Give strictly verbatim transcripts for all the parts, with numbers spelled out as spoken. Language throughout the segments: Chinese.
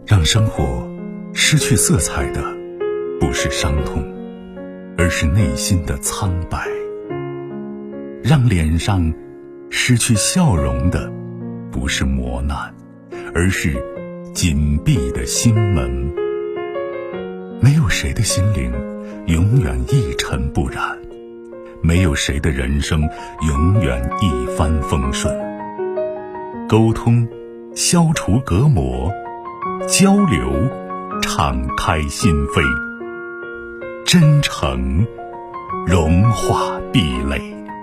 让生活失去色彩的不是伤痛，而是内心的苍白。让脸上失去笑容的不是磨难，而是紧闭的心门。没有谁的心灵永远一尘不染，没有谁的人生永远一帆风顺。沟通消除隔膜，交流敞开心扉，真诚融化壁垒。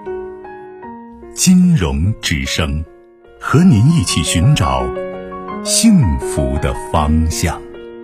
金融之声，和您一起寻找幸福的方向。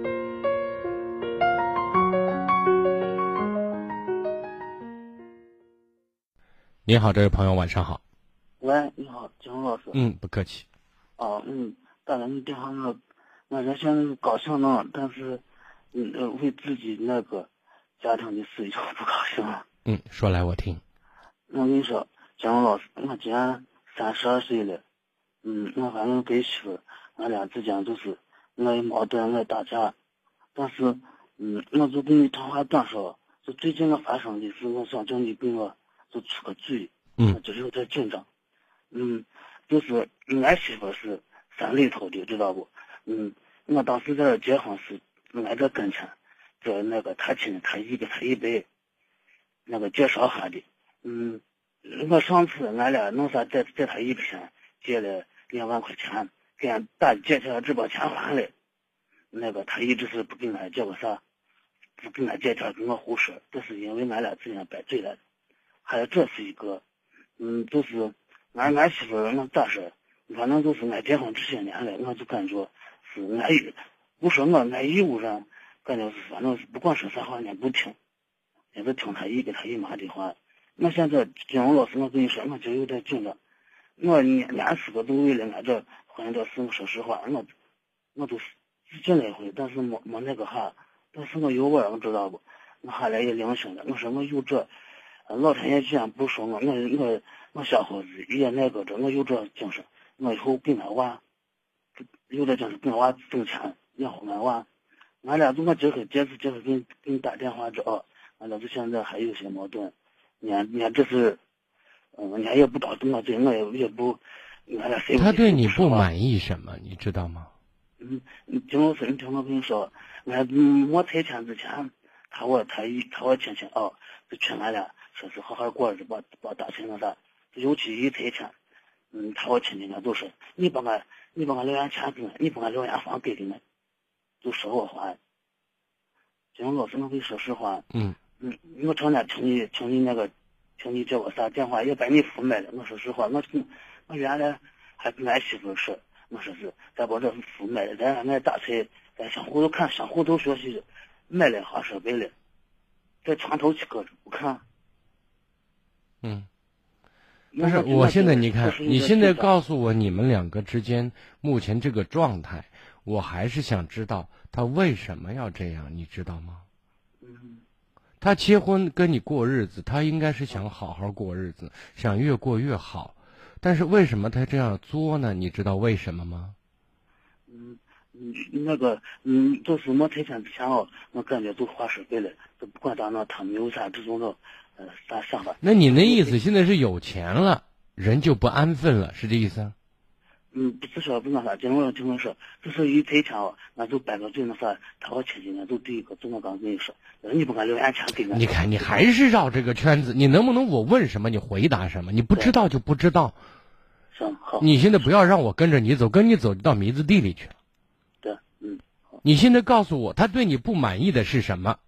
你好，这位朋友，晚上好。 喂，你好，金红老师。 嗯，不客气。 哦，嗯，打来你电话我，我这现在高兴呢，但是，嗯，呃为自己那个家庭的事情不高兴了。 嗯，说来我听。 我跟你说，金红老师，我今年三十二岁了，嗯，我反正跟媳妇，俺俩之间就是我有矛盾，我打架，但是，嗯，我就跟你长话短说，就最近我发生的是，我想叫你给我就出个主意， 嗯， 我就是有点紧张。嗯，就是俺媳妇是山里头的，知道不？嗯，我当时在这结婚是俺这跟前，这那个他亲他姨给他一辈那个介绍下的。嗯，我上次俺俩弄啥在在他一边借了两万块钱，给俺打借起来只把钱还了。那个他一直是不给俺借过啥，不给俺借钱，跟我胡说，这是因为俺俩之间掰嘴来的。还有这是一个，嗯，就是俺俺媳妇我咋说，反正就是俺结婚这些年来，我就感觉是俺不说我俺义务上，感觉是反正是不管说啥话俺不听，也是听他姨给他姨妈的话。我现在金融老师，我跟你说，我就有点紧张。我年年四个都为了俺这婚姻这事，我说实话，我我都进了一回，但是没没那个哈，但是我有味儿，我知道不？我后来也领醒了，我说我有这。老天爷既然不说我，我我我小伙子也那个着，我有这精神，我以后给俺娃有这精神，给俺娃挣钱养活俺娃。俺俩就我今儿这次这次给你给你打电话着啊，俺俩就现在还有些矛盾，你看你看这是，嗯，俺也不知道怎么对，我也也不，俺俩谁他对你不满意什么，你知道吗？ 嗯，你听我说，你听我跟你说，俺没退钱之前，他我他一他我亲戚啊，就劝俺俩。说是好好过日子，把把打钱那啥，尤其一退钱，嗯，他我亲戚呢都说你把俺你把俺留言钱给我，你把俺留言房给给我，就说我话。金老师，我跟你说实话， 嗯嗯，我常年听你听你那个听你叫我啥电话，也把你服卖了。我说实话，我我原来还跟俺媳妇说，我说是咱把这服卖了，咱俺打菜，咱相互都看，相互都学习，买了好设备了，在床头去搁着不看。 嗯，但是我现在你看，你现在告诉我你们两个之间目前这个状态，我还是想知道他为什么要这样，你知道吗？ 嗯， 他结婚跟你过日子，他应该是想好好过日子，想越过越好，但是为什么他这样作呢？你知道为什么吗？ 嗯，那个，嗯，就是没退钱之前哦，我感觉都花设备了，都不管咋弄，他没有啥这种的。呃，啥想法？ 那你那意思现在是有钱了，人就不安分了，是这意思？ 嗯，不是说不那啥，今我听我说，就是一退钱哦，那就摆个嘴那啥，他我亲戚呢，都第一个，就我刚跟你说，你不敢留言钱给我。 你看，你还是绕这个圈子，你能不能我问什么你回答什么？你不知道就不知道。 行，好。 你现在不要让我跟着你走，跟你走就到迷子地里去了。 对，嗯，好。 你现在告诉我，他对你不满意的是什么？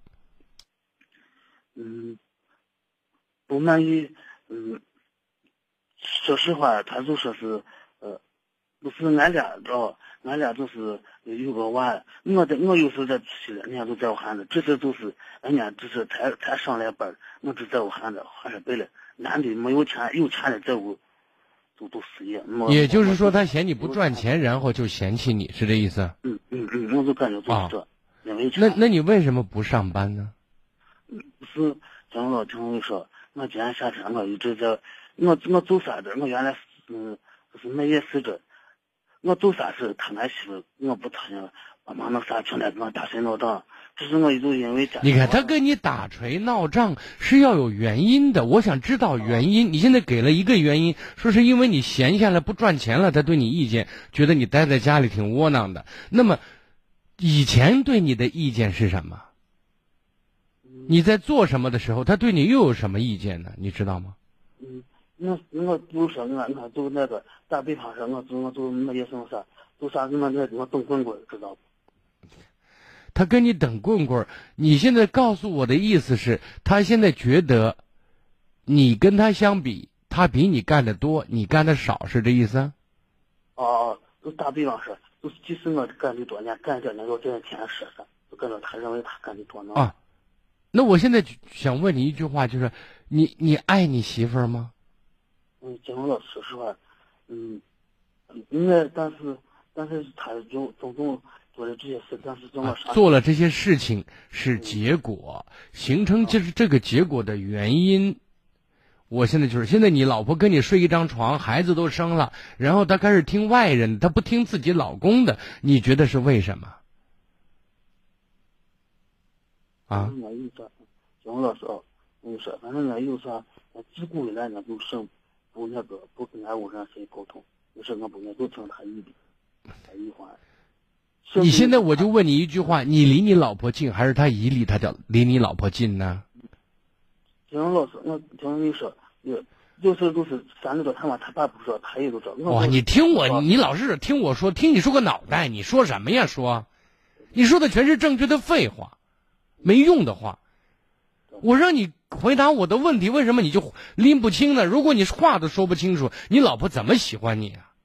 嗯。不满意，嗯，说实话，他就说是，呃，不是俺俩哦，俺俩就是有个娃，我在我有时候在出去了，人家都在我喊着，这次就是人家只是才才上来班，我只在我喊着还是背了，男的没有钱，有钱的在屋都都失业。 也就是说，他嫌你不赚钱，然后就嫌弃你，是这意思？ 嗯嗯嗯，我就感觉就是这，因为那那你为什么不上班呢？ 嗯，不是，张老听我说。我今年夏天我一直在，我我走啥子？我原来嗯就是卖夜市的，我走啥事他俺媳妇我不讨厌， 妈妈那啥全来跟我打锤闹仗，就是我就因为家。 你看他跟你打锤闹仗是要有原因的，我想知道原因。你现在给了一个原因，说是因为你闲下来不赚钱了，他对你意见，觉得你待在家里挺窝囊的。那么以前对你的意见是什么？你在做什么的时候，他对你又有什么意见呢？你知道吗？ 嗯，那我比如说我我就那个打比方说，我就我就那些什么啥，就啥什么那我动棍棍，知道不？ 他跟你等棍棍，你现在告诉我的意思是，他现在觉得你跟他相比，他比你干的多，你干的少，是这意思？ 哦哦，就打比方说，就是即使我干的多年，干这年就这天说啥，就跟着他认为他干的多呢。 啊，那我现在想问你一句话，就是你你爱你媳妇儿吗？ 嗯，金龙老师，说实话，嗯，应该，但是但是他就种种做了这些事，但是怎么、 啊、做了这些事情是结果，嗯、形成就是这个结果的原因。我现在就是现在你老婆跟你睡一张床，孩子都生了，然后她开始听外人，她不听自己老公的，你觉得是为什么？啊？ 我有啥？金龙老师哦，我跟你说，反正我有啥，自古以来我就生不那个不跟俺屋上谁沟通，就是我不愿就听他一的，他一话。 你现在我就问你一句话，你离你老婆近，还是他一离他就离你老婆近呢？ 金龙老师，我听你说，有就是就是三十多，他妈他爸不知道，他也都知道。 哇，你听我，你老是听我说，听你说个脑袋，你说什么呀？说，你说的全是正确的废话，没用的话。我让你回答我的问题，为什么你就拎不清呢？如果你话都说不清楚，你老婆怎么喜欢你啊？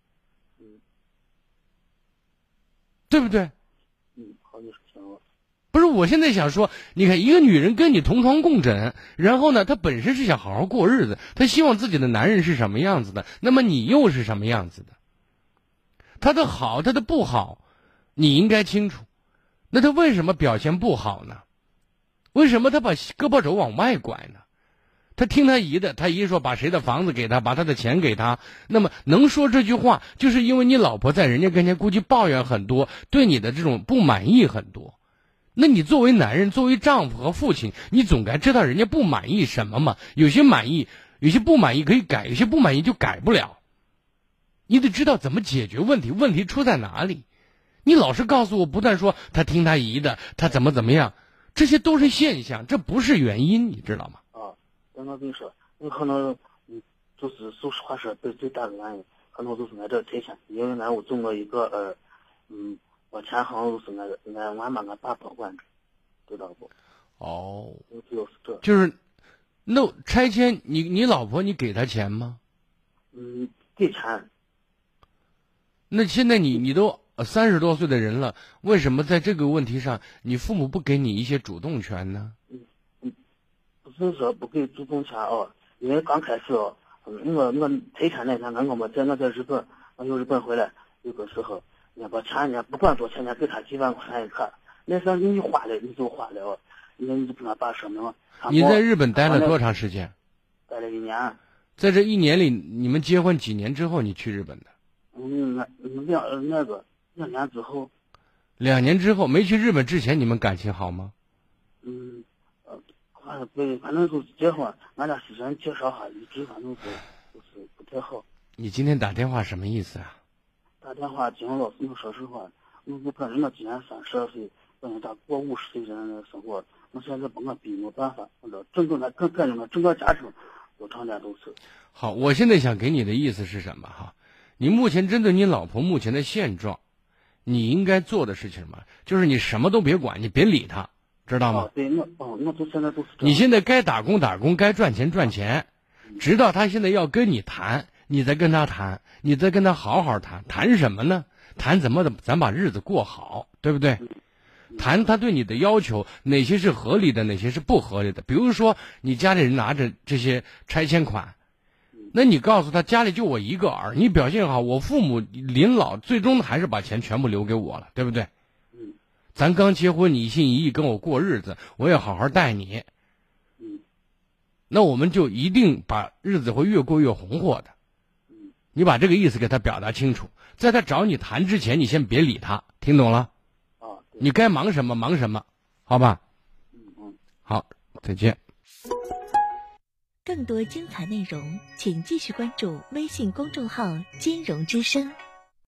对不对？ 嗯，好，你说了。 不是，我现在想说，你看一个女人跟你同床共枕，然后呢，她本身是想好好过日子，她希望自己的男人是什么样子的，那么你又是什么样子的？她的好，她的不好，你应该清楚。那她为什么表现不好呢？为什么她把胳膊肘往外拐呢？他听他姨的，他姨说把谁的房子给他，把他的钱给他，那么能说这句话，就是因为你老婆在人家跟前估计抱怨很多，对你的这种不满意很多。那你作为男人，作为丈夫和父亲，你总该知道人家不满意什么嘛？有些满意，有些不满意可以改，有些不满意就改不了。你得知道怎么解决问题，问题出在哪里？你老是告诉我，不断说他听他姨的，他怎么怎么样，这些都是现象，这不是原因，你知道吗？ 我跟你说，你可能，嗯，就是说实话说，最最大的原因，可能就是俺这赔钱，因为俺我中过一个呃，嗯，我钱好像就是俺俺俺妈俺爸保管着，知道不？ 哦， 就是这。 就是，那拆迁，你你老婆你给她钱吗？ 嗯，给钱。 那现在你你都三十多岁的人了，为什么在这个问题上，你父母不给你一些主动权呢？ 不是说不给主动权哦，因为刚开始哦，嗯、我我赔钱那天，俺我们在我在日本，我从日本回来，有个时候，人把钱人不管多钱，人给他几万块钱一卡，那时候你花了你就花了哦，你你就跟他爸说明。 你在日本待了多长时间？ 待了一年。 在这一年里，你们结婚几年之后你去日本的？ 嗯，那两那个两年之后。 两年之后没去日本之前，你们感情好吗？ 嗯。啊，对，反正就是结婚，俺俩是人介绍哈，一直反正是就是不太好。 你今天打电话什么意思啊？ 打电话，金老师，我说实话，我我本人我今年三十二岁，本人咋过五十岁人的生活，我现在把我逼没办法，我这整个那更感觉那整个家庭都常年都是。 好，我现在想给你的意思是什么哈？你目前针对你老婆目前的现状，你应该做的事情什么？就是你什么都别管，你别理她。知道吗？ 哦、对，我哦，我都现在都是。 你现在该打工打工，该赚钱赚钱，直到他现在要跟你谈，你再跟他谈，你再跟他好好谈，谈什么呢？谈怎么的，咱把日子过好，对不对？谈他对你的要求，哪些是合理的，哪些是不合理的。比如说，你家里人拿着这些拆迁款，那你告诉他家里就我一个儿，你表现好，我父母临老最终还是把钱全部留给我了，对不对？咱刚结婚，你一心一意跟我过日子，我也好好待你。 嗯， 那我们就一定把日子会越过越红火的。 嗯， 你把这个意思给他表达清楚，在他找你谈之前，你先别理他，听懂了？ 啊， 你该忙什么忙什么，好吧？ 嗯嗯， 好，再见。 更多精彩内容，请继续关注微信公众号“金融之声”。